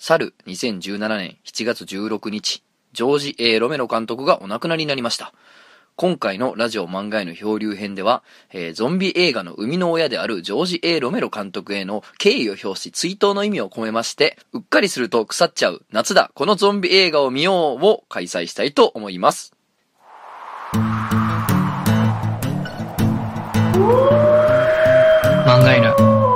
去る2017年7月16日、ジョージ・ A・ ロメロ監督がお亡くなりになりました。今回のラジオ漫画への漂流編では、ゾンビ映画の生みの親であるジョージ・ A・ ロメロ監督への敬意を表し追悼の意味を込めまして、うっかりすると腐っちゃう夏だこのゾンビ映画を見ようを開催したいと思います。漫画犬。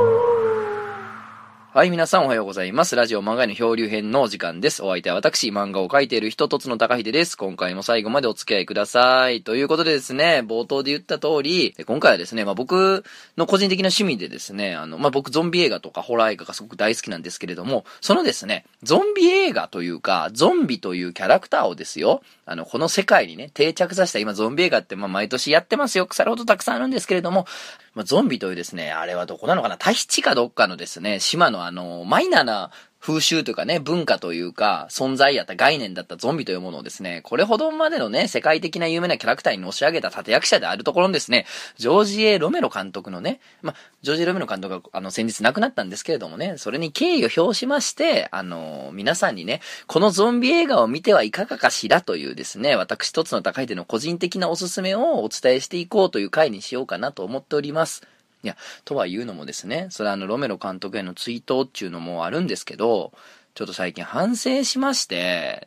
はい、皆さんおはようございます。ラジオ漫画への漂流編のお時間です。お相手は私、漫画を描いている人とつの高秀です。今回も最後までお付き合いください。ということでですね、冒頭で言った通り、今回はですね、僕の個人的な趣味でですね、僕ゾンビ映画とかホラー映画がすごく大好きなんですけれども、そのですね、ゾンビ映画というか、ゾンビというキャラクターをですよ、この世界にね、定着させた今ゾンビ映画って毎年やってますよ。腐るほどたくさんあるんですけれども、ゾンビというですね、あれはどこなのかな、タヒチかどっかのですね、島のマイナーな風習というかね、文化というか、存在やった概念だったゾンビというものをですね、これほどまでのね、世界的な有名なキャラクターにのし上げた立役者であるところにですね、ジョージ・エロメロ監督のね、ジョージ・エロメロ監督が先日亡くなったんですけれどもね、それに敬意を表しまして、皆さんにね、このゾンビ映画を見てはいかがかしらというですね、私一つの高い手の個人的なおすすめをお伝えしていこうという回にしようかなと思っております。いや、とはいうのもですね、それはロメロ監督への追悼っていうのもあるんですけど、ちょっと最近反省しまして、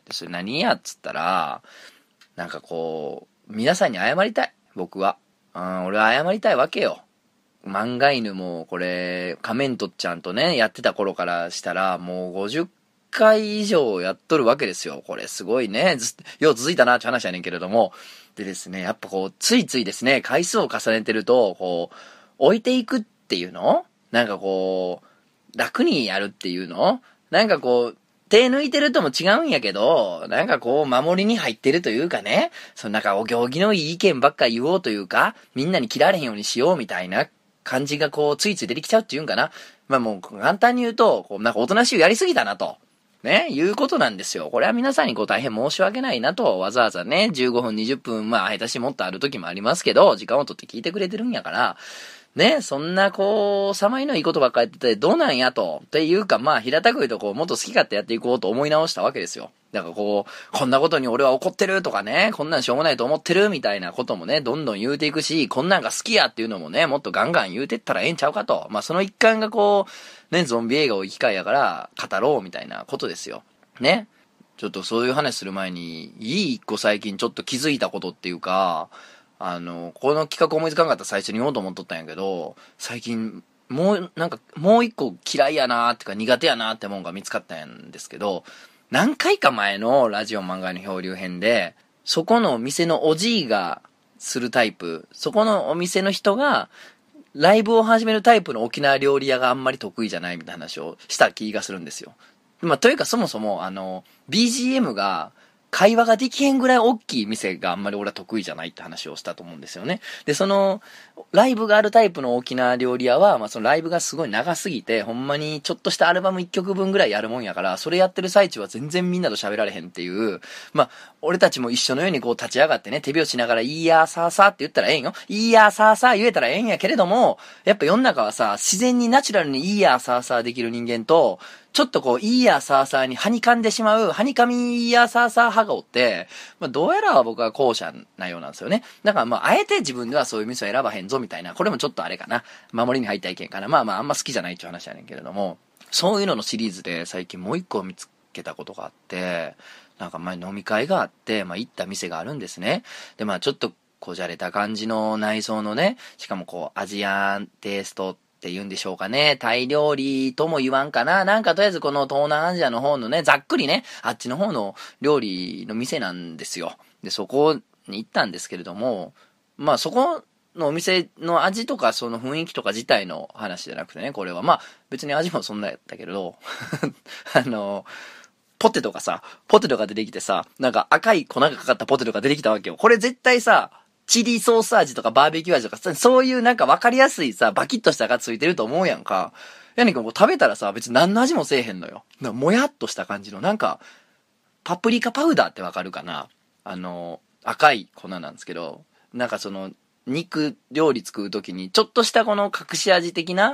それ何やっつったら、なんかこう、皆さんに謝りたい、僕は。俺は謝りたいわけよ。漫画犬もこれ、仮面とちゃんとね、やってた頃からしたら、もう50回以上やっとるわけですよ。これすごいね、よう続いたなって話やねんけれども。でですね、やっぱこう、ついついですね、回数を重ねてると、こう、置いていくっていうの？なんかこう、楽にやるっていうの？なんかこう、手抜いてるとも違うんやけど、なんかこう、守りに入ってるというかね、なんかお行儀のいい意見ばっか言おうというか、みんなに切られへんようにしようみたいな感じがこう、ついつい出てきちゃうっていうんかな。もう簡単に言うと、こう、なんかおとなしいやりすぎたなと。ね、いうことなんですよ。これは皆さんにこう大変申し訳ないなと、わざわざね、15分、20分、下手しもっとある時もありますけど、時間を取って聞いてくれてるんやから、ね、そんなこう、さまいのいいことばっかり言ってて、どうなんやと。っていうか、平たく言うとこう、もっと好き勝手やっていこうと思い直したわけですよ。だからこう、こんなことに俺は怒ってるとかね、こんなんしょうもないと思ってるみたいなこともね、どんどん言うていくし、こんなんが好きやっていうのもね、もっとガンガン言うてったらええんちゃうかと。その一環がこう、ね、ゾンビ映画を生き会やから語ろうみたいなことですよ。ね。ちょっとそういう話する前に、一個最近ちょっと気づいたことっていうか、この企画思いつかなかったら最初に言おうと思っとったんやけど、最近、もう一個嫌いやなーってか苦手やなーってもんが見つかったんですけど、何回か前のラジオ漫画の漂流編で、そこのお店のおじいがするタイプ、そこのお店の人が、ライブを始めるタイプの沖縄料理屋があんまり得意じゃないみたいな話をした気がするんですよ。というかそもそも、BGM が、会話ができへんぐらい大きい店があんまり俺は得意じゃないって話をしたと思うんですよね。で、ライブがあるタイプの沖縄料理屋は、そのライブがすごい長すぎて、ほんまにちょっとしたアルバム1曲分ぐらいやるもんやから、それやってる最中は全然みんなと喋られへんっていう、俺たちも一緒のようにこう立ち上がってね、手拍子しながら、いいやーさーさーって言ったらええんよ。いいやーさーさー言えたらええんやけれども、やっぱ世の中はさ、自然にナチュラルにいいやーさーさーできる人間と、ちょっとこう、いいやさーさーにはにかんでしまう、はにかみいいやさーさー派がおって、どうやら僕は後者なようなんですよね。だからあえて自分ではそういう店を選ばへんぞみたいな、これもちょっとあれかな。守りに入った意見かな。あんま好きじゃないっていう話やねんけれども、そういうののシリーズで最近もう一個見つけたことがあって、なんか前飲み会があって、行った店があるんですね。で、ちょっとこじゃれた感じの内装のね、しかもこう、アジアンテイストって言うんでしょうかね。タイ料理とも言わんかな。なんかとりあえずこの東南アジアの方のね、ざっくりね、あっちの方の料理の店なんですよ。で、そこに行ったんですけれども、そこのお店の味とかその雰囲気とか自体の話じゃなくてね、これは別に味もそんなやったけれど、ポテトが出てきてさ、なんか赤い粉がかかったポテトが出てきたわけよ。これ絶対さ、チリソース味とかバーベキュー味とか、そういうなんか分かりやすいさ、バキッとしたがついてると思うやんか。やねんかこう食べたらさ、別に何の味もせえへんのよ。もやっとした感じの、なんか、パプリカパウダーってわかるかな？赤い粉なんですけど、なんか肉料理作るときに、ちょっとしたこの隠し味的な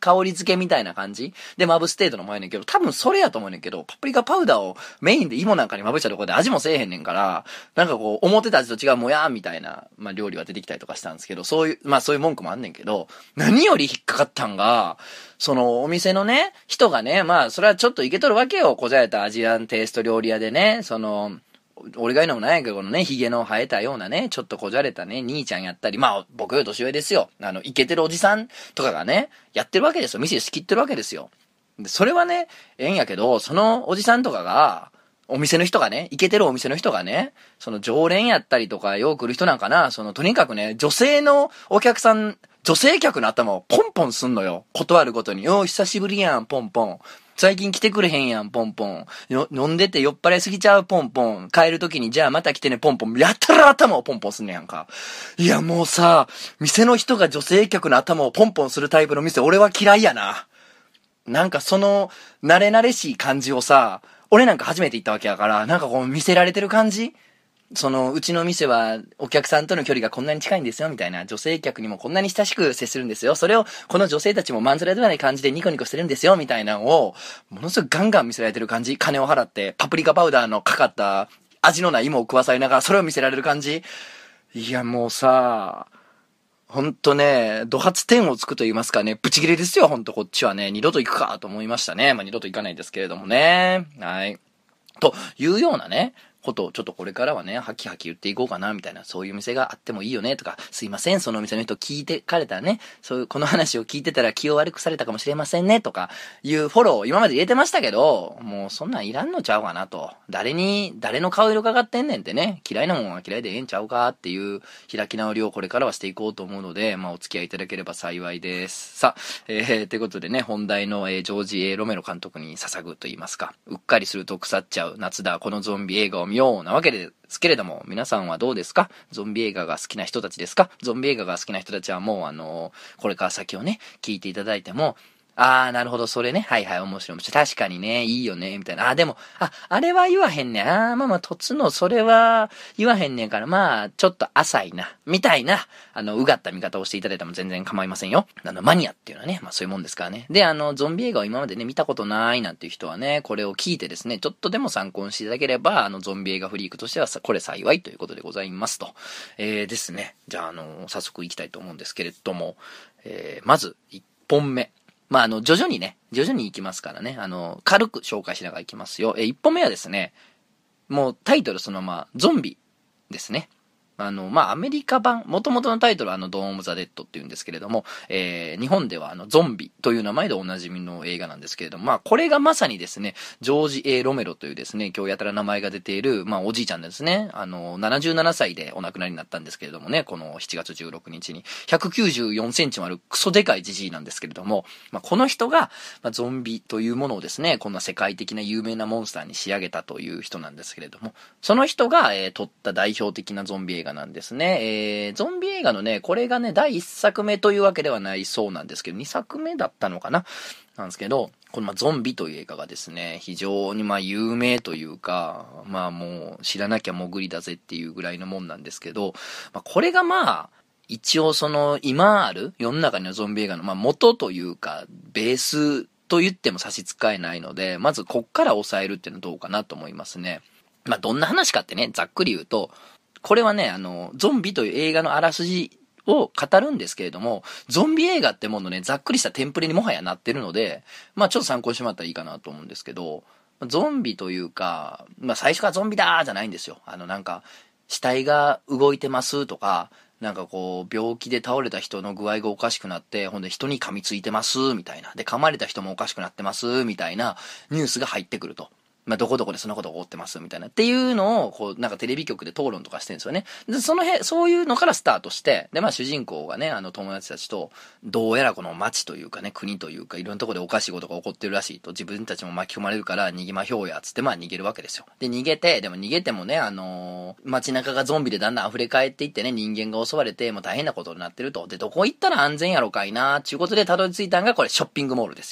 香り付けみたいな感じでまぶす程度のもんやねんけど、多分それやと思うねんけど、パプリカパウダーをメインで芋なんかにまぶしたところで味もせえへんねんから、なんかこう、思ってた味と違うもやーみたいな、まあ料理は出てきたりとかしたんですけど、そういう文句もあんねんけど、何より引っかかったんが、そのお店のね、人がね、まあそれはちょっといけとるわけよ。こじゃれたアジアンテイスト料理屋でね、俺が言うのもないけど、このね、髭の生えたようなね、ちょっとこじゃれたね、兄ちゃんやったり、まあ、僕より年上ですよ。イケてるおじさんとかがね、やってるわけですよ。店仕切ってるわけですよ。で、それはね、ええんやけど、そのおじさんとかが、お店の人がね、イケてるお店の人がね、その常連やったりとか、よく来る人なんかな、とにかくね、女性のお客さん、女性客の頭をポンポンすんのよ。断るごとに。久しぶりやん、ポンポン。最近来てくれへんやん、ポンポン。飲んでて酔っ払いすぎちゃう、ポンポン。帰るときに、じゃあまた来てね、ポンポン。やったら頭をポンポンすんねやんか。いや、もうさ、店の人が女性客の頭をポンポンするタイプの店、俺は嫌いやな。なんか慣れ慣れしい感じをさ、俺なんか初めて行ったわけやから、なんかこう見せられてる感じうちの店はお客さんとの距離がこんなに近いんですよ、みたいな。女性客にもこんなに親しく接するんですよ。それを、この女性たちもまんざらではない感じでニコニコしてるんですよ、みたいなのを、ものすごくガンガン見せられてる感じ。金を払って、パプリカパウダーのかかった味のない芋を食わされながら、それを見せられる感じ。いや、もうさ、ほんとね、怒発点をつくと言いますかね、ブチギレですよ、ほんとこっちはね。二度と行くかと思いましたね。まあ、二度と行かないですけれどもね。はい。というようなね、ことをちょっとこれからはね、ハキハキ言っていこうかな、みたいな、そういう店があってもいいよね、とか、すいません、そのお店の人聞いてかれたらね、この話を聞いてたら気を悪くされたかもしれませんね、とか、いうフォローを今まで入れてましたけど、もうそんなんいらんのちゃうかなと。誰の顔色かかってんねんってね、嫌いなもんは嫌いでええんちゃうかっていう開き直りをこれからはしていこうと思うので、まあお付き合いいただければ幸いです。さあ、ということでね、本題の、ジョージ・ロメロ監督に捧ぐと言いますか、うっかりすると腐っちゃう夏だ、このゾンビ映画を見ようなわけですけれども、皆さんはどうですか？ゾンビ映画が好きな人たちですか？ゾンビ映画が好きな人たちはもうこれから先をね、聞いていただいても、なるほど、それね。はいはい、面白い。確かにね、いいよね、みたいな。でも、あれは言わへんねん。とつの、それは言わへんねんから、ちょっと浅いな、みたいな、うがった見方をしていただいても全然構いませんよ。マニアっていうのはね、そういうもんですからね。で、ゾンビ映画を今までね、見たことないなんていう人はね、これを聞いてですね、ちょっとでも参考にしていただければ、ゾンビ映画フリークとしてはこれ幸いということでございますと。ですね。じゃあ、早速行きたいと思うんですけれども、まず、1本目。徐々に行きますからね。軽く紹介しながら行きますよ。1本目はですね、もうタイトルそのまま、ゾンビですね。アメリカ版、元々のタイトルはドーン・オブ・ザ・デッドっていうんですけれども、日本ではゾンビという名前でおなじみの映画なんですけれども、これがまさにですね、ジョージ・ A・ ロメロというですね、今日やたら名前が出ている、おじいちゃんですね、77歳でお亡くなりになったんですけれどもね、この7月16日に、194センチもあるクソでかいじじいなんですけれども、この人が、ゾンビというものをですね、こんな世界的な有名なモンスターに仕上げたという人なんですけれども、その人が、撮った代表的なゾンビ映画なんですね。ゾンビ映画のね、これがね、第1作目というわけではないそうなんですけど、2作目だったのかななんですけど、このゾンビという映画がですね、非常に有名というか、もう知らなきゃ潜りだぜっていうぐらいのもんなんですけど、これが一応今ある世の中のゾンビ映画の元というか、ベースと言っても差し支えないので、まずこっから抑えるっていうのはどうかなと思いますね。どんな話かってね、ざっくり言うと、これはね、ゾンビという映画のあらすじを語るんですけれども、ゾンビ映画ってものね、ざっくりしたテンプレにもはやなってるので、ちょっと参考にしてもらったらいいかなと思うんですけど、ゾンビというか、最初からゾンビだーじゃないんですよ。死体が動いてますとか、病気で倒れた人の具合がおかしくなって、ほんで人に噛みついてます、みたいな。で、噛まれた人もおかしくなってます、みたいなニュースが入ってくると。どこどこでそんなことが起こってます、みたいな。っていうのを、テレビ局で討論とかしてるんですよね。で、そういうのからスタートして、で、主人公がね、友達たちと、どうやらこの街というかね、国というか、いろんなところでおかしいことが起こってるらしいと、自分たちも巻き込まれるから逃げまひょうや、つって逃げるわけですよ。で、逃げてもね、街中がゾンビでだんだん溢れ返っていってね、人間が襲われて、もう大変なことになってると。で、どこ行ったら安全やろかいな、ちゅうことでたどり着いたんが、これショッピングモールですよ。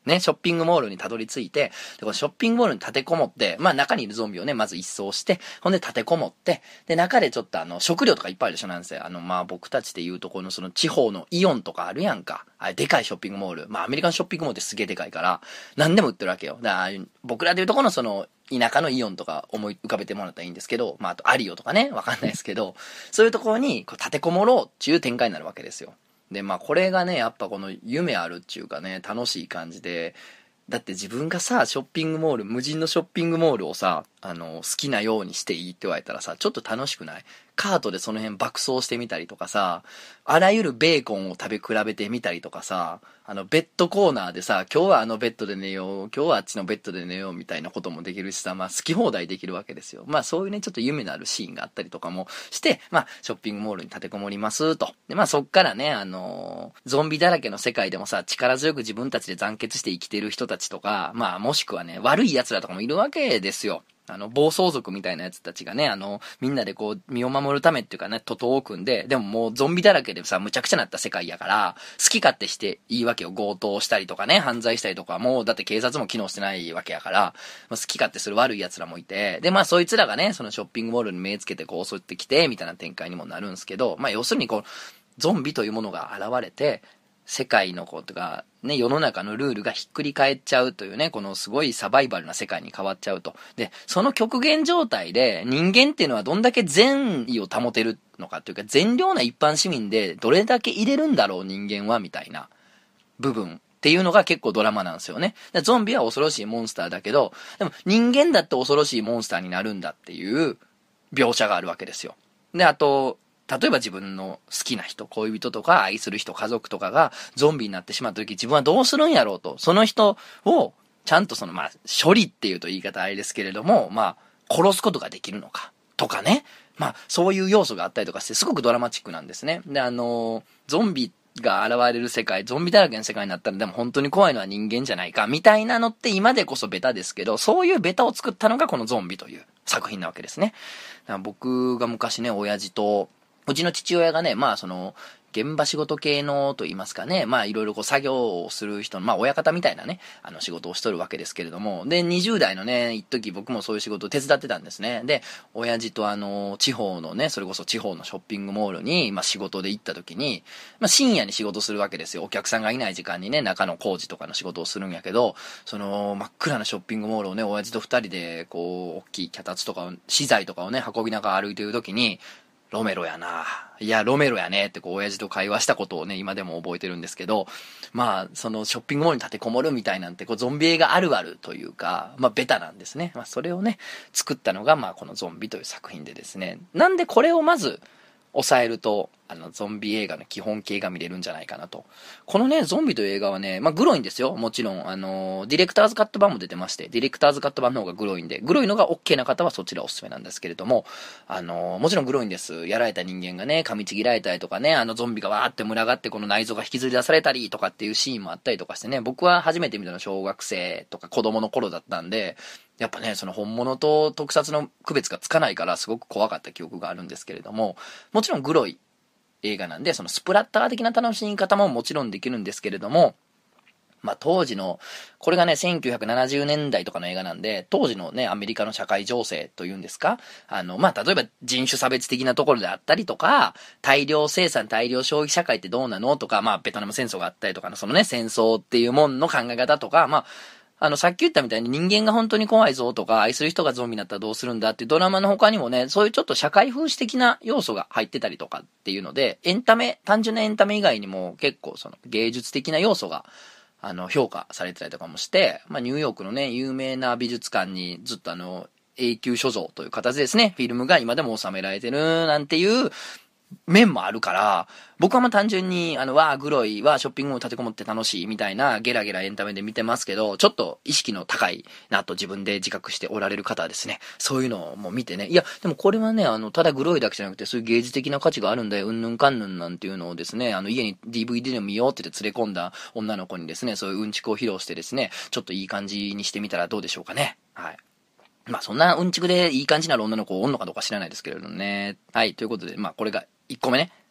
ね、ショッピングモールにたどり着いて、で、このショッピングモールに立てこもって、まあ中にいるゾンビをね、まず一掃して、ほんで立てこもって、で、中でちょっと食料とかいっぱいあるでしょ、なんせ。まあ僕たちで言うとこのその地方のイオンとかあるやんか。あれ、でかいショッピングモール。まあアメリカのショッピングモールってすげえでかいから、何でも売ってるわけよ。だから、僕らで言うとこのその、田舎のイオンとか思い浮かべてもらったらいいんですけど、まああとアリオとかね、わかんないですけど、そういうところにこう立てこもろうっていう展開になるわけですよ。で、まあこれがね、やっぱこの夢あるっていうかね、楽しい感じで、だって自分がさ、ショッピングモール、無人のショッピングモールをさ、好きなようにしていいって言われたらさ、ちょっと楽しくない？カートでその辺爆走してみたりとかさ、あらゆるベーコンを食べ比べてみたりとかさ、ベッドコーナーでさ、今日はベッドで寝よう、今日はあっちのベッドで寝ようみたいなこともできるしさ、まあ好き放題できるわけですよ。まあそういうね、ちょっと夢のあるシーンがあったりとかもして、まあショッピングモールに立てこもりますと。で、まあそっからね、ゾンビだらけの世界でもさ、力強く自分たちで団結して生きてる人たちとか、まあもしくはね、悪い奴らとかもいるわけですよ。暴走族みたいなやつたちがね、みんなでこう、身を守るためっていうかね、徒党を組んで、でももうゾンビだらけでさ、むちゃくちゃなった世界やから、好き勝手していいわけよ。強盗したりとかね、犯罪したりとか、もうだって警察も機能してないわけやから、好き勝手する悪い奴らもいて、で、まあそいつらがね、そのショッピングモールに目つけてこう襲ってきて、みたいな展開にもなるんですけど、まあ要するにこう、ゾンビというものが現れて、世界のことが、ね、世の中のルールがひっくり返っちゃうというね、このすごいサバイバルな世界に変わっちゃうと。で、その極限状態で人間っていうのはどんだけ善意を保てるのかというか、善良な一般市民でどれだけ入れるんだろう人間はみたいな部分っていうのが結構ドラマなんですよね。ゾンビは恐ろしいモンスターだけど、でも人間だって恐ろしいモンスターになるんだっていう描写があるわけですよ。で、あと、例えば自分の好きな人、恋人とか愛する人、家族とかがゾンビになってしまった時、自分はどうするんやろうと。その人を、ちゃんとその、まあ、処理っていうと言い方あれですけれども、まあ、殺すことができるのか。とかね。まあ、そういう要素があったりとかして、すごくドラマチックなんですね。で、ゾンビが現れる世界、ゾンビだらけの世界になったらでも本当に怖いのは人間じゃないか、みたいなのって今でこそベタですけど、そういうベタを作ったのがこのゾンビという作品なわけですね。だから僕が昔ね、親父と、うちの父親がね、まあその、現場仕事系のと言いますかね、まあいろいろこう作業をする人の、まあ親方みたいなね、仕事をしとるわけですけれども、で、20代のね、一時僕もそういう仕事を手伝ってたんですね。で、親父と地方のね、それこそ地方のショッピングモールに、まあ仕事で行った時に、まあ深夜に仕事するわけですよ。お客さんがいない時間にね、中の工事とかの仕事をするんやけど、その真っ暗なショッピングモールをね、親父と二人で、こう、大きい脚立とかを、資材とかをね、運びながら歩いている時に、ロメロやな。いや、ロメロやねってこう親父と会話したことをね、今でも覚えてるんですけど、まあ、そのショッピングモールに立てこもるみたいなんて、こうゾンビ映画あるあるというか、まあベタなんですね。まあそれをね、作ったのが、まあこのゾンビという作品でですね。なんでこれをまず、抑えると、ゾンビ映画の基本形が見れるんじゃないかなと。このね、ゾンビという映画はね、まあ、グロいんですよ。もちろん、ディレクターズカット版も出てまして、ディレクターズカット版の方がグロいんで、グロいのが OK な方はそちらおすすめなんですけれども、もちろんグロいんです。やられた人間がね、噛みちぎられたりとかね、ゾンビがわーって群がってこの内臓が引きずり出されたりとかっていうシーンもあったりとかしてね、僕は初めて見たの小学生とか子供の頃だったんで、やっぱね、その本物と特撮の区別がつかないからすごく怖かった記憶があるんですけれども、もちろんグロい映画なんで、そのスプラッター的な楽しみ方ももちろんできるんですけれども、まあ当時の、これがね、1970年代とかの映画なんで、当時のね、アメリカの社会情勢というんですか、まあ例えば人種差別的なところであったりとか、大量生産、大量消費社会ってどうなのとか、まあベトナム戦争があったりとかの、そのね、戦争っていうもんの考え方とか、まあ、さっき言ったみたいに人間が本当に怖いぞとか、愛する人がゾンビになったらどうするんだっていうドラマの他にもね、そういうちょっと社会風刺的な要素が入ってたりとかっていうので、エンタメ、単純なエンタメ以外にも結構その芸術的な要素が、評価されてたりとかもして、まあニューヨークのね、有名な美術館にずっと永久所蔵という形ですね、フィルムが今でも収められてるなんていう、面もあるから、僕はまあ単純に、グロいはショッピングモール立てこもって楽しいみたいなゲラゲラエンタメで見てますけど、ちょっと意識の高いなと自分で自覚しておられる方はですね、そういうのをもう見てね、いや、でもこれはね、ただグロいだけじゃなくて、そういう芸術的な価値があるんだよ、うんぬんかんぬんなんていうのをですね、家に DVD でも見ようって言って連れ込んだ女の子にですね、そういううんちくを披露してですね、ちょっといい感じにしてみたらどうでしょうかね。はい。まあそんなうんちくでいい感じになる女の子おんのかどうか知らないですけれどね。はい、ということで、まあこれが1個目ね。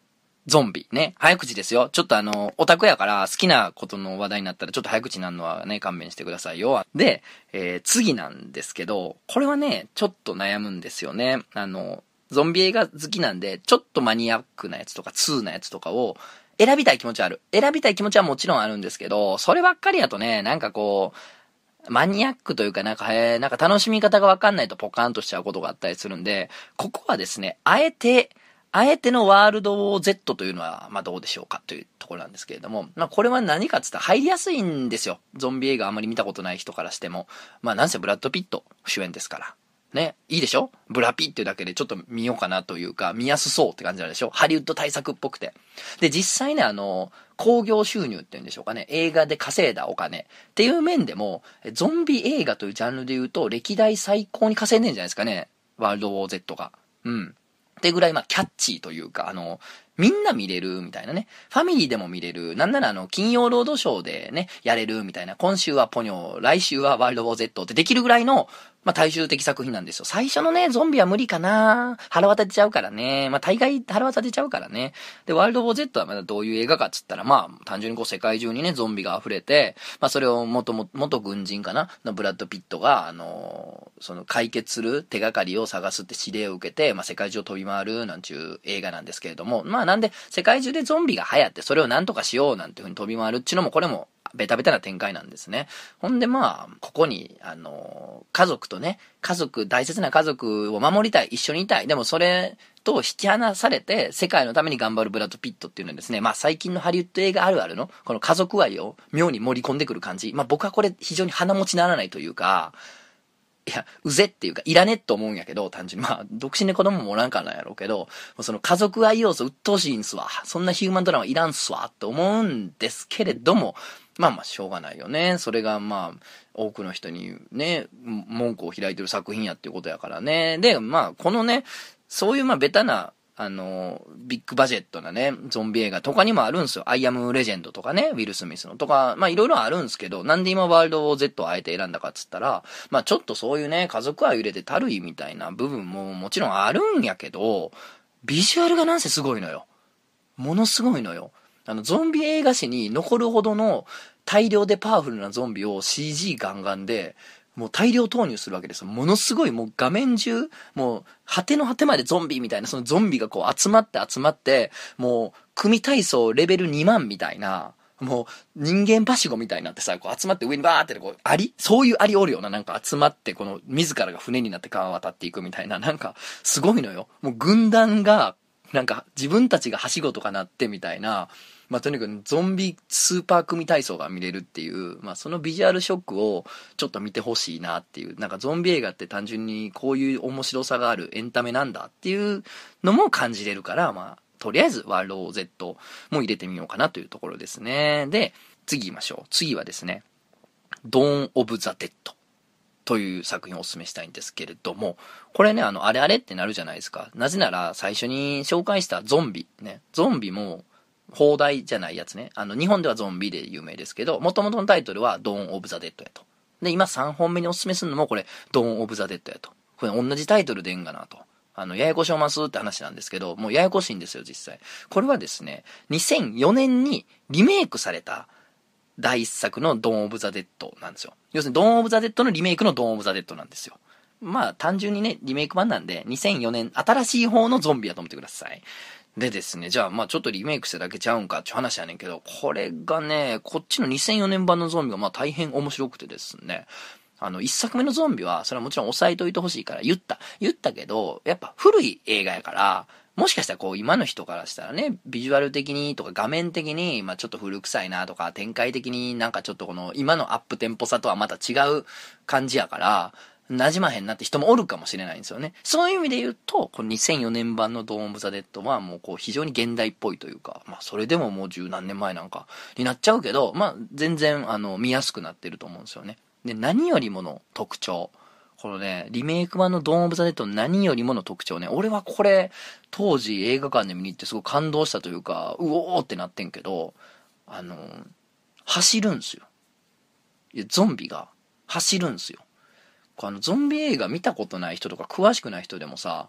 ゾンビね。早口ですよ。ちょっとオタクやから好きなことの話題になったらちょっと早口になるのはね、勘弁してくださいよ。で、次なんですけど、これはね、ちょっと悩むんですよね。ゾンビ映画好きなんで、ちょっとマニアックなやつとか、2なやつとかを選びたい気持ちはある。選びたい気持ちはもちろんあるんですけど、そればっかりやとね、なんかこう、マニアックというかなんか楽しみ方がわかんないとポカーンとしちゃうことがあったりするんで、ここはですね、あえてのワールドウォー Z というのは、まあどうでしょうかというところなんですけれども、まあこれは何かって言ったら入りやすいんですよ。ゾンビ映画あまり見たことない人からしても。まあなんせブラッド・ピット主演ですから。ね、いいでしょ？ブラピっていうだけでちょっと見ようかなというか、見やすそうって感じなんでしょ？ハリウッド大作っぽくて。で、実際ね、興行収入っていうんでしょうかね、映画で稼いだお金っていう面でも、ゾンビ映画というジャンルで言うと、歴代最高に稼いでんじゃないですかね、ワールドウォー Z が。うん。ってぐらい、まあ、キャッチーというか、みんな見れるみたいなね。ファミリーでも見れる。なんなら金曜ロードショーでね、やれるみたいな。今週はポニョ、来週はワールドウォー Z ってできるぐらいの、まあ、大衆的作品なんですよ。最初のね、ゾンビは無理かな。腹渡出ちゃうからね。まあ、大概腹渡出ちゃうからね。で、ワールドウォー Z はまだどういう映画かっつったら、まあ、単純にこう世界中にね、ゾンビが溢れて、まあ、それを元軍人かなのブラッド・ピットが、その解決する手がかりを探すって指令を受けて、まあ、世界中を飛び回るなんちゅう映画なんですけれども、まあ、なんで、世界中でゾンビが流行って、それをなんとかしようなんていう風に飛び回るっていうのも、これも、ベタベタな展開なんですね。ほんでまあ、ここに、家族とね、大切な家族を守りたい、一緒にいたい。でもそれと引き離されて、世界のために頑張るブラッド・ピットっていうのはですね、まあ最近のハリウッド映画あるあるの、この家族愛を妙に盛り込んでくる感じ。まあ僕はこれ非常に鼻持ちならないというか、いや、うぜっていうか、いらねっと思うんやけど、単純に。まあ、独身で子供もおらんからなんやろうけど、その家族愛要素鬱陶しいんすわ。そんなヒューマンドラマいらんすわ、って思うんですけれども、まあまあ、しょうがないよね。それがまあ、多くの人にね、門戸を開いてる作品やっていうことやからね。で、まあ、このね、そういうまあ、ベタな、ビッグバジェットなね、ゾンビ映画とかにもあるんですよ。アイアムレジェンドとかね、ウィル・スミスのとか、まあいろいろあるんですけど、なんで今ワールド Z をあえて選んだかっつったら、まあちょっとそういうね、家族愛入れてたるいみたいな部分ももちろんあるんやけど、ビジュアルがなんせすごいのよ。ものすごいのよ。ゾンビ映画史に残るほどの大量でパワフルなゾンビを CG ガンガンで、もう大量投入するわけですよ。ものすごいもう画面中、もう果ての果てまでゾンビみたいな、そのゾンビがこう集まって、もう組体操レベル2万みたいな、もう人間バシゴみたいになってさ、こう集まって上にバーってこう、そういうアリおるような、なんか集まって、この自らが船になって川渡っていくみたいな、なんかすごいのよ。もう軍団が、なんか自分たちがはしごとかなってみたいな、まあ、とにかくゾンビスーパー組体操が見れるっていう、まあ、そのビジュアルショックをちょっと見てほしいなっていう、なんかゾンビ映画って単純にこういう面白さがあるエンタメなんだっていうのも感じれるから、まあ、とりあえずワールド Z も入れてみようかなというところですね。で、次行きましょう。次はですね、ドーン・オブ・ザ・デッドという作品をお勧めしたいんですけれども、これね、あれあれってなるじゃないですか。なぜなら、最初に紹介したゾンビ、ね、ゾンビも、放題じゃないやつね。日本ではゾンビで有名ですけど、元々のタイトルはドーン・オブ・ザ・デッドやと。で、今3本目にお勧めするのもこれ、ドーン・オブ・ザ・デッドやと。これ同じタイトルでええんかなと。ややこしおますって話なんですけど、もうややこしいんですよ、実際。これはですね、2004年にリメイクされた第一作のドーン・オブ・ザ・デッドなんですよ。要するにドーン・オブ・ザ・デッドのリメイクのドーン・オブ・ザ・デッドなんですよ。まあ、単純にね、リメイク版なんで、2004年、新しい方のゾンビやと思ってください。でですね、じゃあまあちょっとリメイクしただけちゃうんかっていう話やねんけど、これがね、こっちの2004年版のゾンビがまあ大変面白くてですね、一作目のゾンビは、それはもちろん押さえといてほしいから言ったけど、やっぱ古い映画やから、もしかしたらこう今の人からしたらね、ビジュアル的にとか画面的に、まあちょっと古臭いなとか、展開的になんかちょっとこの今のアップテンポさとはまた違う感じやから、馴染まへんなって人もおるかもしれないんですよね。そういう意味で言うと、この2004年版のドーン・オブ・ザ・デッドはもうこう非常に現代っぽいというか、まあそれでももう十何年前なんかになっちゃうけど、まあ全然見やすくなってると思うんですよね。で、何よりもの特徴。このね、リメイク版のドーン・オブ・ザ・デッドの何よりもの特徴ね。俺はこれ、当時映画館で見に行ってすごい感動したというか、うおーってなってんけど、走るんすよ。いや、ゾンビが走るんすよ。ゾンビ映画見たことない人とか詳しくない人でもさ、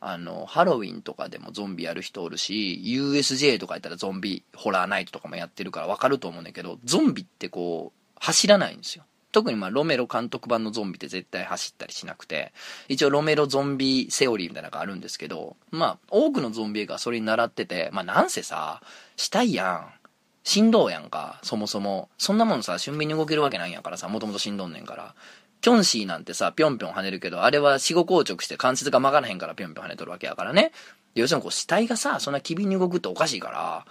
ハロウィンとかでもゾンビやる人おるし、USJ とかやったらゾンビホラーナイトとかもやってるからわかると思うんだけど、ゾンビってこう、走らないんですよ。特にロメロ監督版のゾンビって絶対走ったりしなくて、一応ロメロゾンビセオリーみたいなのがあるんですけど、多くのゾンビ映画はそれに習ってて、なんせさ、したいやん。振動やんか、そもそも。そんなもんさ、俊敏に動けるわけないんやからさ、もともと振動んねんから。キョンシーなんてさ、ぴょんぴょん跳ねるけど、あれは死後硬直して関節が曲がらへんからぴょんぴょん跳ねとるわけやからね。要するにこう死体がさ、そんな機敏に動くっておかしいから、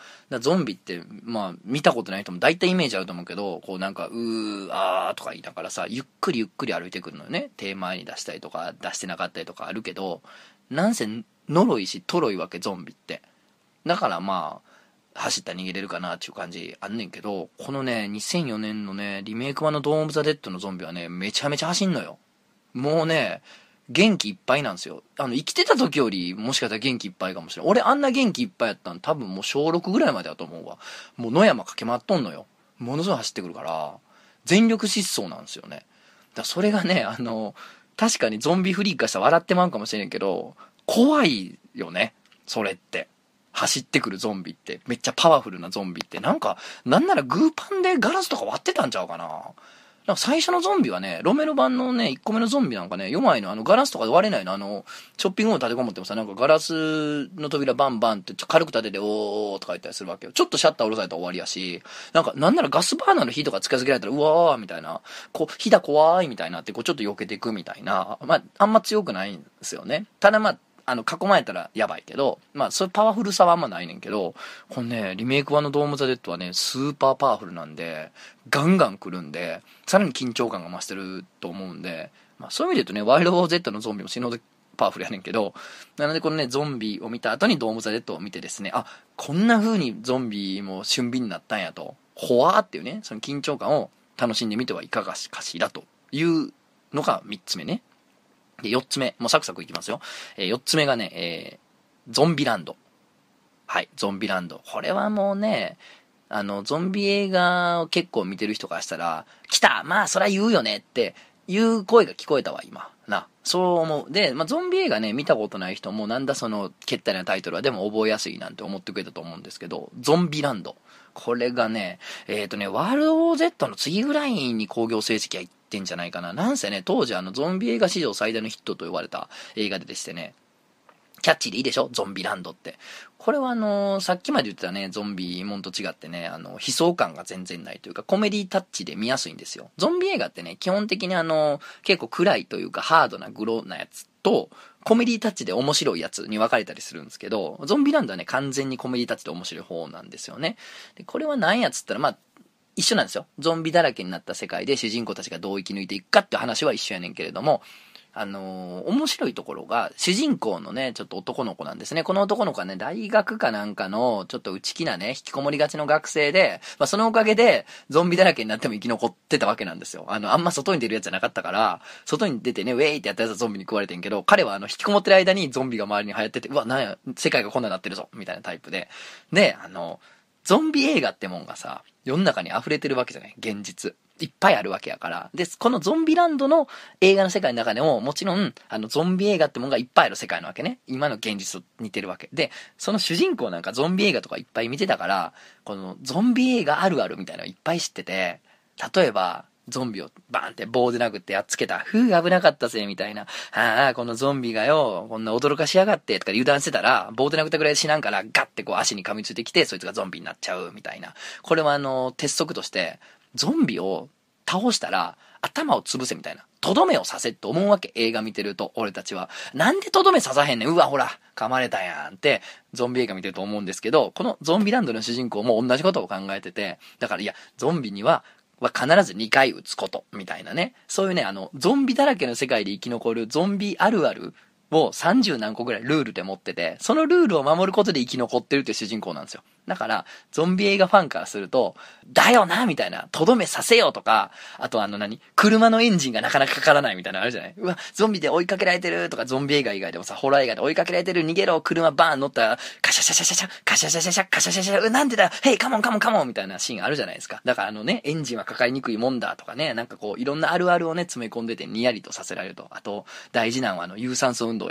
ゾンビって、見たことない人も大体イメージあると思うけど、こうなんか、あーとか言いながらさ、ゆっくりゆっくり歩いてくるのよね。手前に出したりとか、出してなかったりとかあるけど、なんせ、呪いし、とろいわけ、ゾンビって。だから走ったら逃げれるかなっていう感じあんねんけど、このね、2004年のね、リメイク版のドーン・オブ・ザ・デッドのゾンビはね、めちゃめちゃ走んのよ。もうね、元気いっぱいなんですよ。生きてた時より、もしかしたら元気いっぱいかもしれない。俺あんな元気いっぱいやったん多分もう小6ぐらいまでだと思うわ。もう野山駆け回っとんのよ。ものすごい走ってくるから、全力疾走なんですよね。それがね、確かにゾンビフリーク化したら笑ってまうかもしれんけど、怖いよね。それって。走ってくるゾンビって、めっちゃパワフルなゾンビって、なんならグーパンでガラスとか割ってたんちゃうかな。最初のゾンビはね、ロメロ版のね、1個目のゾンビなんかね、弱いの、ガラスとかで割れないの、ショッピングモール立てこもってもさ、なんかガラスの扉バンバンって軽く立てて、おーとか言ったりするわけよ。ちょっとシャッター下ろされたら終わりやし、なんならガスバーナーの火とか近づけられたら、うわーみたいな、火だ怖いみたいなって、ちょっと避けていくみたいな、あんま強くないんですよね。ただ囲まれたらやばいけど、そういうパワフルさはあんまないねんけど、このね、リメイク版のドーム・ザ・デッドはね、スーパーパワフルなんで、ガンガン来るんで、さらに緊張感が増してると思うんで、そういう意味で言うとね、ワイルド・ウォー・ゼットのゾンビも死ぬほどパワフルやねんけど、なのでこのね、ゾンビを見た後にドーム・ザ・デッドを見てですね、こんな風にゾンビも俊敏になったんやと、ほわーっていうね、その緊張感を楽しんでみてはいかがかしらというのが3つ目ね。で、4つ目。もうサクサクいきますよ。4つ目がね、ゾンビランド。はい、ゾンビランド。これはもうね、ゾンビ映画を結構見てる人からしたら、来たそら言うよねっていう声が聞こえたわ、今。そう思う。で、ゾンビ映画ね、見たことない人も、なんだその、けったりなタイトルはでも覚えやすいなんて思ってくれたと思うんですけど、ゾンビランド。これがね、ワールド・ウォー・ Z の次ぐらいに興行成績がいってんじゃないかな。なんせね、当時ゾンビ映画史上最大のヒットと呼ばれた映画でしてね、キャッチーでいいでしょゾンビランドって。これはさっきまで言ってたね、ゾンビもんと違ってね、悲壮感が全然ないというか、コメディタッチで見やすいんですよ。ゾンビ映画ってね、基本的に結構暗いというか、ハードなグロなやつと、コメディタッチで面白いやつに分かれたりするんですけど、ゾンビランドはね、完全にコメディタッチで面白い方なんですよね。で、これは何やっつったら、一緒なんですよ。ゾンビだらけになった世界で主人公たちがどう生き抜いていくかっていう話は一緒やねんけれども、面白いところが、主人公のね、ちょっと男の子なんですね。この男の子はね、大学かなんかの、ちょっと内気なね、引きこもりがちの学生で、そのおかげで、ゾンビだらけになっても生き残ってたわけなんですよ。あんま外に出るやつじゃなかったから、外に出てね、ウェイってやったやつはゾンビに食われてんけど、彼は引きこもってる間にゾンビが周りに流行ってて、うわ、なんや、世界がこんなになってるぞ、みたいなタイプで。で、ゾンビ映画ってもんがさ、世の中に溢れてるわけじゃない現実。いっぱいあるわけやから。で、このゾンビランドの映画の世界の中でも、もちろん、ゾンビ映画ってもんがいっぱいある世界なわけね。今の現実と似てるわけ。で、その主人公なんかゾンビ映画とかいっぱい見てたから、このゾンビ映画あるあるみたいなのいっぱい知ってて、例えば、ゾンビをバーンって棒で殴ってやっつけた。危なかったぜ、みたいな。このゾンビがよ、こんな驚かしやがって、とか油断してたら、棒で殴ったぐらい死なんから、ガッてこう足に噛みついてきて、そいつがゾンビになっちゃう、みたいな。これは鉄則として、ゾンビを倒したら、頭を潰せみたいな。とどめを刺せって思うわけ。映画見てると、俺たちは。なんでとどめ刺さへんねん。うわ、ほら、噛まれたやんって、ゾンビ映画見てると思うんですけど、このゾンビランドの主人公も同じことを考えてて、だからいや、ゾンビには必ず2回撃つこと、みたいなね。そういうね、ゾンビだらけの世界で生き残るゾンビあるあるを30何個ぐらいルールで持ってて、そのルールを守ることで生き残ってるっていう主人公なんですよ。だから、ゾンビ映画ファンからすると、だよなみたいな、とどめさせよとか、あと車のエンジンがなかなかかからないみたいなのあるじゃない。うわ、ゾンビで追いかけられてるとか、ゾンビ映画以外でもさ、ホラー映画で追いかけられてる、逃げろ、車バーン乗ったら、カシャシャシャシャシャ、カシャシャシャシャ、カシャシャシャ、なんでだよ、ヘイ、カモンカモンカモンみたいなシーンあるじゃないですか。だからエンジンはかかりにくいもんだとかね、なんかこう、いろんなあるあるをね、詰め込んでてニヤリとさせられると。あと、大事なのは有酸素運動やと。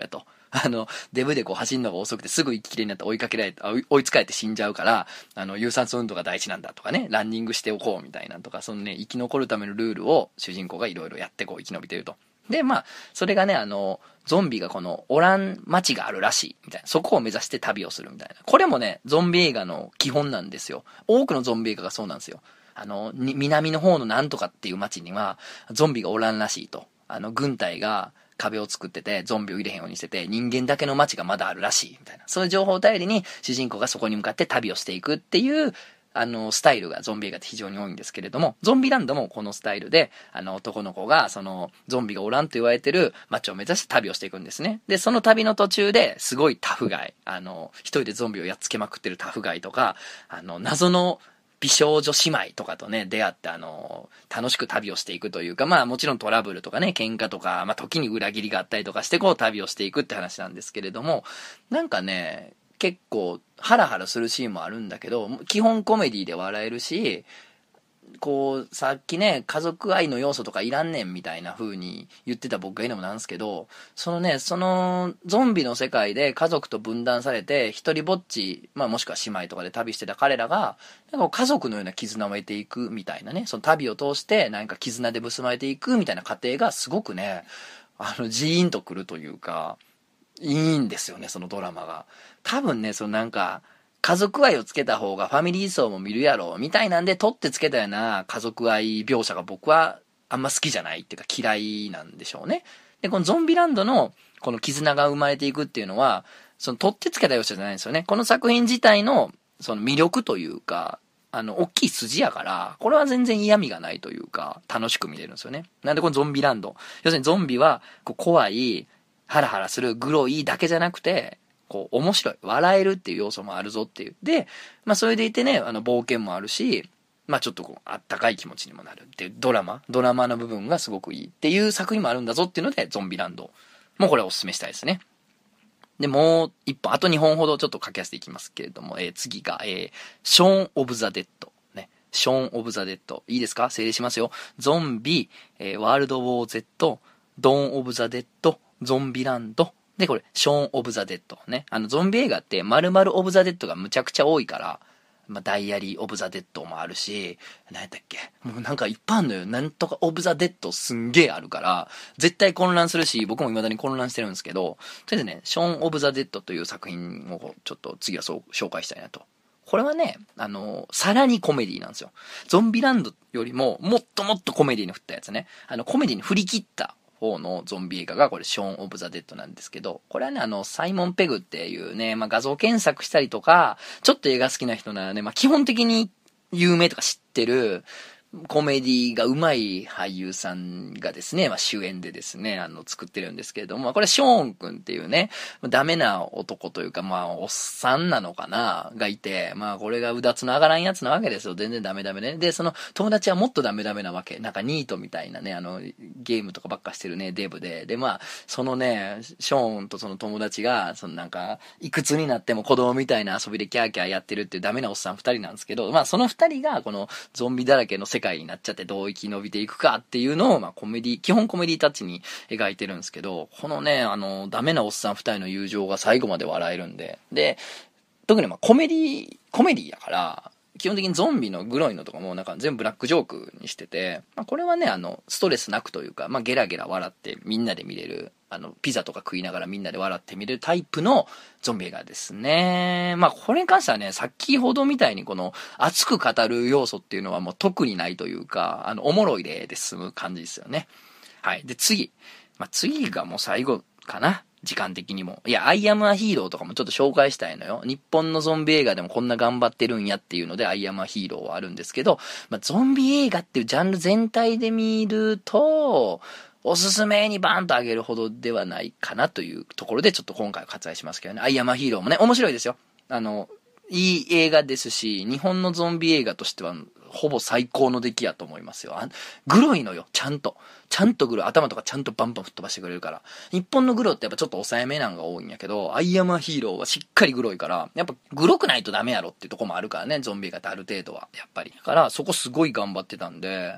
デブでこう走るのが遅くてすぐ息切れになって追いつかれて死んじゃうから、有酸素運動が大事なんだとかね、ランニングしておこうみたいなとか、そのね、生き残るためのルールを主人公がいろいろやってこう生き延びてると。で、まあ、それがね、ゾンビがこのオラン町があるらしい、みたいな。そこを目指して旅をするみたいな。これもね、ゾンビ映画の基本なんですよ。多くのゾンビ映画がそうなんですよ。南の方のなんとかっていう町には、ゾンビがおらんらしいと。軍隊が壁を作ってて、ゾンビを入れへんようにしてて、人間だけの町がまだあるらしい、みたいな。そういう情報を頼りに、主人公がそこに向かって旅をしていくっていう、スタイルがゾンビ映画って非常に多いんですけれども、ゾンビランドもこのスタイルで、男の子が、ゾンビがおらんと言われてる街を目指して旅をしていくんですね。で、その旅の途中ですごいタフガイ、一人でゾンビをやっつけまくってるタフガイとか、謎の美少女姉妹とかとね、出会って楽しく旅をしていくというか、まあもちろんトラブルとかね、喧嘩とか、まあ時に裏切りがあったりとかしてこう旅をしていくって話なんですけれども、なんかね、結構ハラハラするシーンもあるんだけど、基本コメディで笑えるし、こう、さっきね、家族愛の要素とかいらんねんみたいな風に言ってた僕が言うのもなんですけど、そのゾンビの世界で家族と分断されて、一人ぼっち、まあもしくは姉妹とかで旅してた彼らが、なんか家族のような絆を得ていくみたいなね、その旅を通してなんか絆で結ばれていくみたいな過程がすごくね、ジーンとくるというか、いいんですよね、そのドラマが。多分ね、なんか、家族愛をつけた方がファミリー層も見るやろ、みたいなんで、取ってつけたような家族愛描写が僕はあんま好きじゃないっていうか嫌いなんでしょうね。で、このゾンビランドのこの絆が生まれていくっていうのは、その取ってつけた描写じゃないんですよね。この作品自体のその魅力というか、大きい筋やから、これは全然嫌味がないというか、楽しく見れるんですよね。なんでこのゾンビランド。要するにゾンビは、こう怖い、ハラハラする、グロいだけじゃなくて、こう、面白い、笑えるっていう要素もあるぞっていう。で、まあそれでいてね、冒険もあるし、まあちょっとこう、あったかい気持ちにもなるっていうドラマの部分がすごくいいっていう作品もあるんだぞっていうので、ゾンビランド。もうこれお勧めしたいですね。で、もう一本、あと2本ほどちょっと駆け合わせていきますけれども、次が、ショーン・オブ・ザ・デッド。ね。ショーン・オブ・ザ・デッド。いいですか？整理しますよ。ゾンビ、ワールド・ウォー・Z、ドーン・オブ・ザ・デッド、ゾンビランド。で、これ、ショーン・オブ・ザ・デッド。ね。ゾンビ映画って、〇〇オブ・ザ・デッドがむちゃくちゃ多いから、まあ、ダイアリー・オブ・ザ・デッドもあるし、何やったっけ？もうなんかいっぱいあんのよ。なんとかオブ・ザ・デッドすんげえあるから、絶対混乱するし、僕も未だに混乱してるんですけど、とりあえずね、ショーン・オブ・ザ・デッドという作品をちょっと次はそう紹介したいなと。これはね、さらにコメディなんですよ。ゾンビランドよりも、もっともっとコメディに振ったやつね。コメディに振り切った方のゾンビ映画がこれショーン・オブ・ザ・デッドなんですけど、これはねサイモン・ペグっていうね、まあ、画像検索したりとかちょっと映画好きな人ならね、まあ、基本的に有名とか知ってるコメディが上手い俳優さんがですね、まあ、主演でですね、作ってるんですけれども、まあ、これショーン君っていうね、ダメな男というか、まあ、おっさんなのかな、がいて、まあ、これがうだつの上がらんやつなわけですよ。全然ダメね。で、その友達はもっとダメなわけ。なんかニートみたいなね、ゲームとかばっかしてるね、デブで。で、まあ、そのね、ショーンとその友達が、なんか、いくつになっても子供みたいな遊びでキャーキャーやってるっていうダメなおっさん二人なんですけど、まあ、その二人が、このゾンビだらけの世界になっちゃってどう生き延びていくかっていうのを、まあ基本コメディタッチに描いてるんですけど、このね、ダメなおっさん二人の友情が最後まで笑えるんで、で、特にまあコメディやから、基本的にゾンビのグロいのとかもなんか全部ブラックジョークにしてて、まあ、これはね、ストレスなくというか、まあ、ゲラゲラ笑ってみんなで見れる、ピザとか食いながらみんなで笑って見れるタイプのゾンビ映画ですね。まあ、これに関してはね、先ほどみたいにこの熱く語る要素っていうのはもう特にないというか、おもろい例で済む感じですよね。はい。で、次がもう最後かな。時間的にも。いや、アイアムアヒーローとかもちょっと紹介したいのよ。日本のゾンビ映画でもこんな頑張ってるんやっていうので、アイアムアヒーローはあるんですけど、まあ、ゾンビ映画っていうジャンル全体で見ると、おすすめにバーンと上げるほどではないかなというところで、ちょっと今回は割愛しますけどね。アイアムアヒーローもね、面白いですよ。いい映画ですし、日本のゾンビ映画としては、ほぼ最高の出来やと思いますよ。グロいのよ、ちゃんとグロい。頭とかちゃんとバンバン吹っ飛ばしてくれるから。日本のグロってやっぱちょっと抑えめなんが多いんやけど、アイアムアヒーローはしっかりグロいから、やっぱグロくないとダメやろっていうとこもあるからね、ゾンビ映画ってある程度は。やっぱり。だから、そこすごい頑張ってたんで、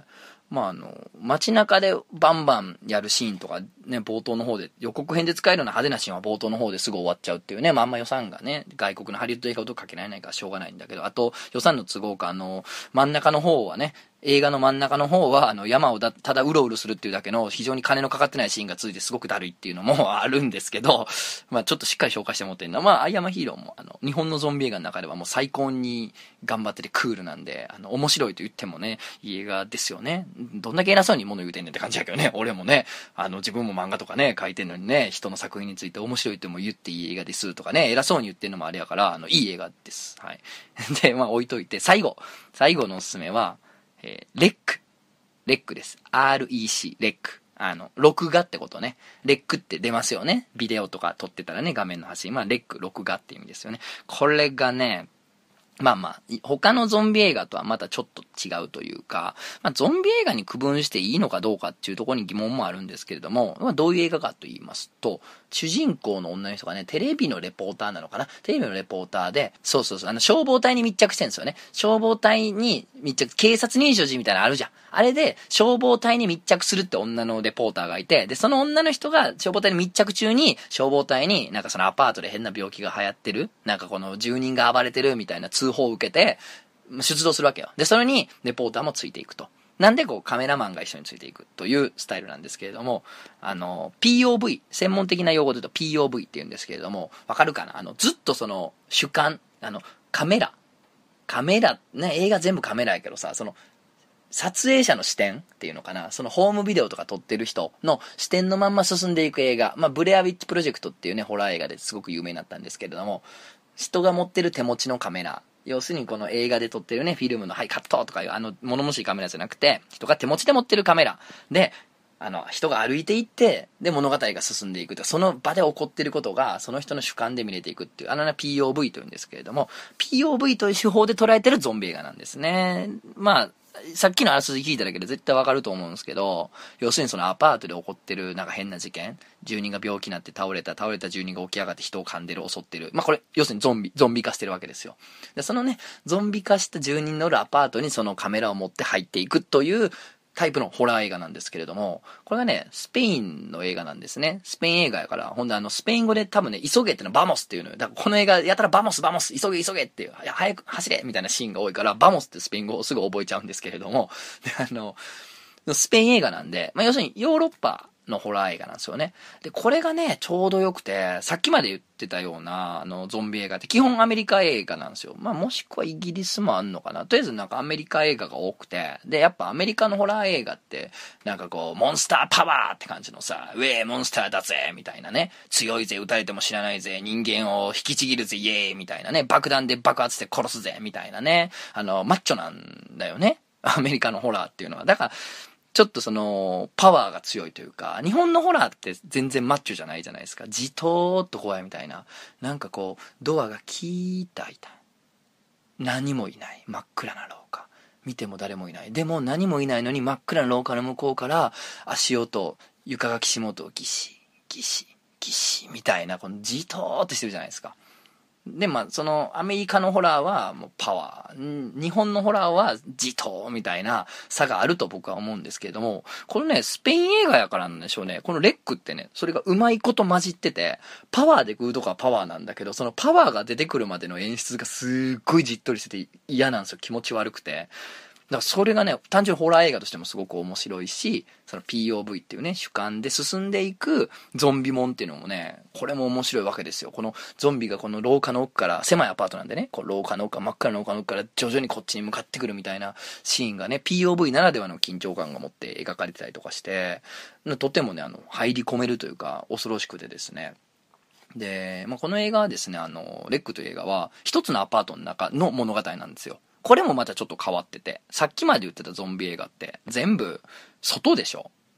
街中でバンバンやるシーンとかね、冒頭の方で、予告編で使えるような派手なシーンは冒頭の方ですぐ終わっちゃうっていうね、あんま予算がね、外国のハリウッド映画とかけられないからしょうがないんだけど、あと、予算の都合か、真ん中の方はね、映画の真ん中の方は、山をただうろうろするっていうだけの非常に金のかかってないシーンが続いてすごくだるいっていうのもあるんですけど、ちょっとしっかり紹介してもらってるのは、アイアムヒーローも、日本のゾンビ映画の中ではもう最高に頑張っててクールなんで、面白いと言ってもね、いい映画ですよね。どんだけ偉そうに物言うてんねんって感じだけどね、俺もね、自分も漫画とかね、書いてんのにね、人の作品について面白いとも言っていい映画ですとかね、偉そうに言ってんのもあれやから、いい映画です。はい。で、置いといて、最後のおすすめは、レック。レックです。REC、レック。録画ってことね。レックって出ますよね。ビデオとか撮ってたらね、画面の端に。レック、録画って意味ですよね。これがね、他のゾンビ映画とはまたちょっと違うというか、ゾンビ映画に区分していいのかどうかっていうところに疑問もあるんですけれども、どういう映画かと言いますと、主人公の女の人がね、テレビのレポーターなのかな、テレビのレポーターで、そう、消防隊に密着してるんですよね。消防隊に密着、警察認証時みたいなのあるじゃん。あれで、消防隊に密着するって女のレポーターがいて、で、その女の人が消防隊に密着中に、消防隊になんかそのアパートで変な病気が流行ってる、なんかこの住人が暴れてるみたいな通報を受けて、出動するわけよ。で、それにレポーターもついていくと。なんでカメラマンが一緒についていくというスタイルなんですけれども、POV、専門的な用語で言うと POV って言うんですけれども、わかるかな？ずっとその主観、カメラ、ね、映画全部カメラやけどさ、撮影者の視点っていうのかな、そのホームビデオとか撮ってる人の視点のまんま進んでいく映画、ブレアウィッチプロジェクトっていうね、ホラー映画ですごく有名になったんですけれども、人が持ってる手持ちのカメラ、要するにこの映画で撮ってるね、フィルムの、はい、カットとかいう、物々しいカメラじゃなくて、人が手持ちで持ってるカメラで、人が歩いていって、で、物語が進んでいくと、その場で起こってることが、その人の主観で見れていくっていう、POV というんですけれども、POV という手法で捉えてるゾンビ映画なんですね。さっきのあらすじ聞いただけで絶対わかると思うんですけど、要するにそのアパートで起こってるなんか変な事件、住人が病気になって倒れた住人が起き上がって人を噛んでる、襲ってる。これ、要するにゾンビ化してるわけですよ。で、そのね、ゾンビ化した住人のおるアパートにそのカメラを持って入っていくというタイプのホラー映画なんですけれども、これがね、スペインの映画なんですね。スペイン映画やから、ほんでスペイン語で多分ね、急げってのはバモスっていうのよ。だからこの映画やたらバモス、急げっていう、早く走れみたいなシーンが多いから、バモスってスペイン語をすぐ覚えちゃうんですけれども、でスペイン映画なんで、要するにヨーロッパのホラー映画なんですよね。で、これがね、ちょうど良くて、さっきまで言ってたような、ゾンビ映画って基本アメリカ映画なんですよ。もしくはイギリスもあんのかな。とりあえずなんかアメリカ映画が多くて、で、やっぱアメリカのホラー映画って、なんかモンスターパワーって感じのさ、ウェーモンスターだぜみたいなね、強いぜ、撃たれても知らないぜ、人間を引きちぎるぜ、イエーイみたいなね、爆弾で爆発して殺すぜ、みたいなね、マッチョなんだよね。アメリカのホラーっていうのは。だから、ちょっとパワーが強いというか、日本のホラーって全然マッチョじゃないじゃないですか。じとーっと怖いみたいな。なんかドアがキーッと開いた。何もいない。真っ暗な廊下。見ても誰もいない。でも何もいないのに真っ暗な廊下の向こうから足音、床がきしむ音をギシ、ギシ、ギシみたいな、じとーっとしてるじゃないですか。で、アメリカのホラーはもうパワー。日本のホラーはじとーみたいな差があると僕は思うんですけれども、このね、スペイン映画やからなんでしょうね。このレックってね、それがうまいこと混じってて、パワーで食うとかパワーなんだけど、そのパワーが出てくるまでの演出がすっごいじっとりしてて嫌なんですよ。気持ち悪くて。だからそれがね、単純にホラー映画としてもすごく面白いし、その POV っていうね、主観で進んでいくゾンビもんっていうのもね、これも面白いわけですよ。このゾンビがこの廊下の奥から、狭いアパートなんでね、廊下の奥から、真っ暗な廊下の奥から徐々にこっちに向かってくるみたいなシーンがね、POV ならではの緊張感が持って描かれてたりとかして、とてもね、入り込めるというか、恐ろしくてですね。で、この映画はですね、レックという映画は、一つのアパートの中の物語なんですよ。これもまたちょっと変わってて、さっきまで言ってたゾンビ映画って全部外でしょ。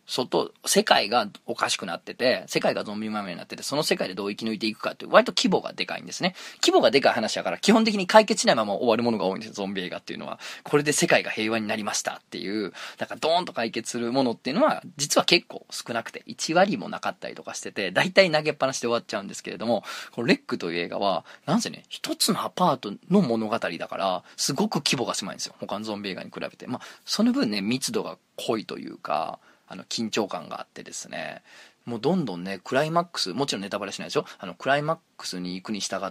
世界がおかしくなってて、世界がゾンビまみれになってて、その世界でどう生き抜いていくかっていう、割と規模がでかいんですね。規模がでかい話だから、基本的に解決しないまま終わるものが多いんですよ、ゾンビ映画っていうのは。これで世界が平和になりましたっていう、だからドーンと解決するものっていうのは、実は結構少なくて、1割もなかったりとかしてて、大体投げっぱなしで終わっちゃうんですけれども、このレックという映画は、なんせね、一つのアパートの物語だから、すごく規模が狭いんですよ。他のゾンビ映画に比べて。まあ、その分ね、密度が濃いというか、緊張感があってですね、もうどんどんね、クライマックス、もちろんネタバレしないでしょ、クライマックスに行くに従って、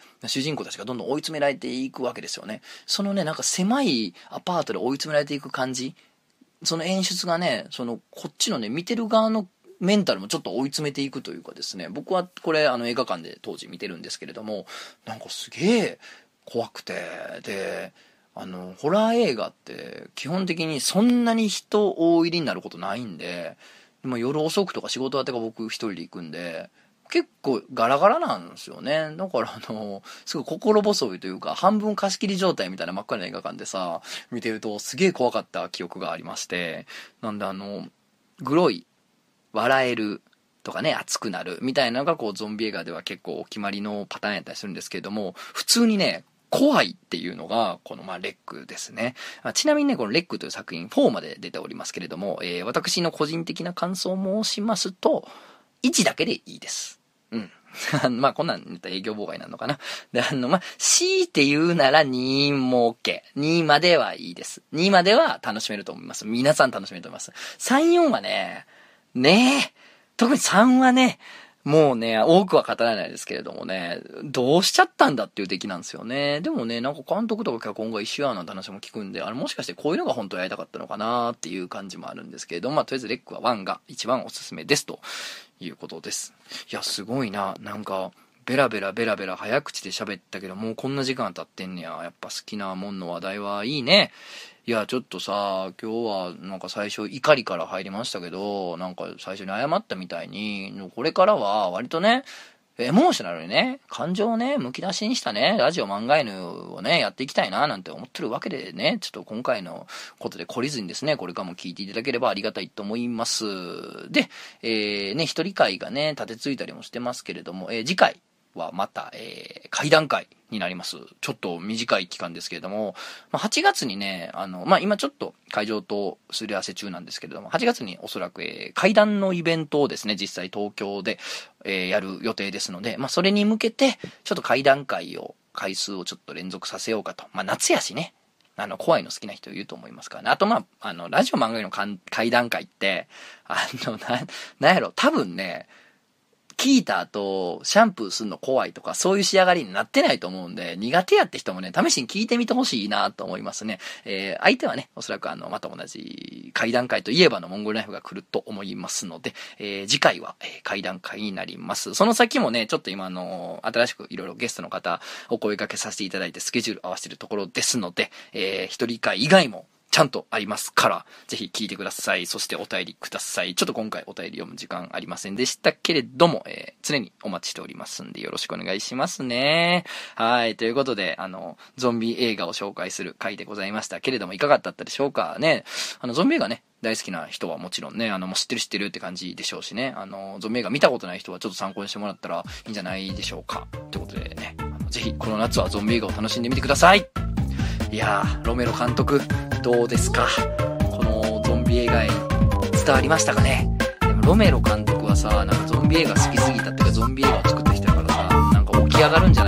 主人公たちがどんどん追い詰められていくわけですよね。そのね、なんか狭いアパートで追い詰められていく感じ、その演出がね、こっちのね、見てる側のメンタルもちょっと追い詰めていくというかですね、僕はこれ映画館で当時見てるんですけれども、なんかすげえ怖くて、で、ホラー映画って基本的にそんなに人大入りになることないんで、夜遅くとか仕事当てが僕一人で行くんで、結構ガラガラなんですよね。だからすごい心細いというか、半分貸し切り状態みたいな真っ赤な映画館でさ、見てるとすげえ怖かった記憶がありまして、なんでグロい、笑える、とかね、熱くなるみたいなのがこうゾンビ映画では結構お決まりのパターンやったりするんですけれども、普通にね、怖いっていうのが、このレックですね。ちなみにね、このレックという作品4まで出ておりますけれども、私の個人的な感想を申しますと、1だけでいいです。うん。こんなん言ったら営業妨害なのかな。で、強いて言うなら2も OK。2まではいいです。2までは楽しめると思います。皆さん楽しめると思います。3、4はね、特に3はね、もうね、多くは語らないですけれどもね、どうしちゃったんだっていう出来なんですよね。でもね、なんか監督とか脚本が一緒やなんて話も聞くんで、もしかしてこういうのが本当はやりたかったのかなっていう感じもあるんですけれども、とりあえずレックは1が一番おすすめですということです。いや、すごいな。なんか、ベラベラ早口で喋ったけど、もうこんな時間経ってんねや。やっぱ好きなもんの話題はいいね。いや、ちょっとさ、今日はなんか最初怒りから入りましたけど、なんか最初に謝ったみたいに、これからは割とね、エモーショナルにね、感情をね、むき出しにしたね、ラジオ漫画犬をね、やっていきたいな、なんて思ってるわけでね、ちょっと今回のことで懲りずにですね、これからも聞いていただければありがたいと思います。で、一人会がね、立てついたりもしてますけれども、次回はまた、会談会になります。ちょっと短い期間ですけれども、8月にね、今ちょっと会場とすり合わせ中なんですけれども、8月におそらく、会談のイベントをですね、実際東京で、やる予定ですので、それに向けて、ちょっと会談会を、回数をちょっと連続させようかと。夏やしね。怖いの好きな人いると思いますからね。あとラジオ漫画の会談会って、なんやろ、多分ね、聞いた後、シャンプーするの怖いとか、そういう仕上がりになってないと思うんで、苦手やって人もね、試しに聞いてみてほしいなと思いますね。相手はね、おそらくまた同じ会談会といえばのモンゴルナイフが来ると思いますので、次回は、会談会になります。その先もね、ちょっと今新しくいろいろゲストの方、お声掛けさせていただいてスケジュール合わせてるところですので、一人会以外も、ちゃんとありますから、ぜひ聞いてください。そしてお便りください。ちょっと今回お便り読む時間ありませんでしたけれども、常にお待ちしておりますんでよろしくお願いしますね。はい。ということで、ゾンビ映画を紹介する回でございましたけれども、いかがだったでしょうかね。ゾンビ映画ね、大好きな人はもちろんね、もう知ってるって感じでしょうしね、ゾンビ映画見たことない人はちょっと参考にしてもらったらいいんじゃないでしょうか。ということでね、ぜひこの夏はゾンビ映画を楽しんでみてください。いやー、ロメロ監督、どうですか？このゾンビ映画伝わりましたかね？でもロメロ監督はさ、なんかゾンビ映画好きすぎたっていうか、ゾンビ映画を作った人だからさ、なんか起き上がるんじゃない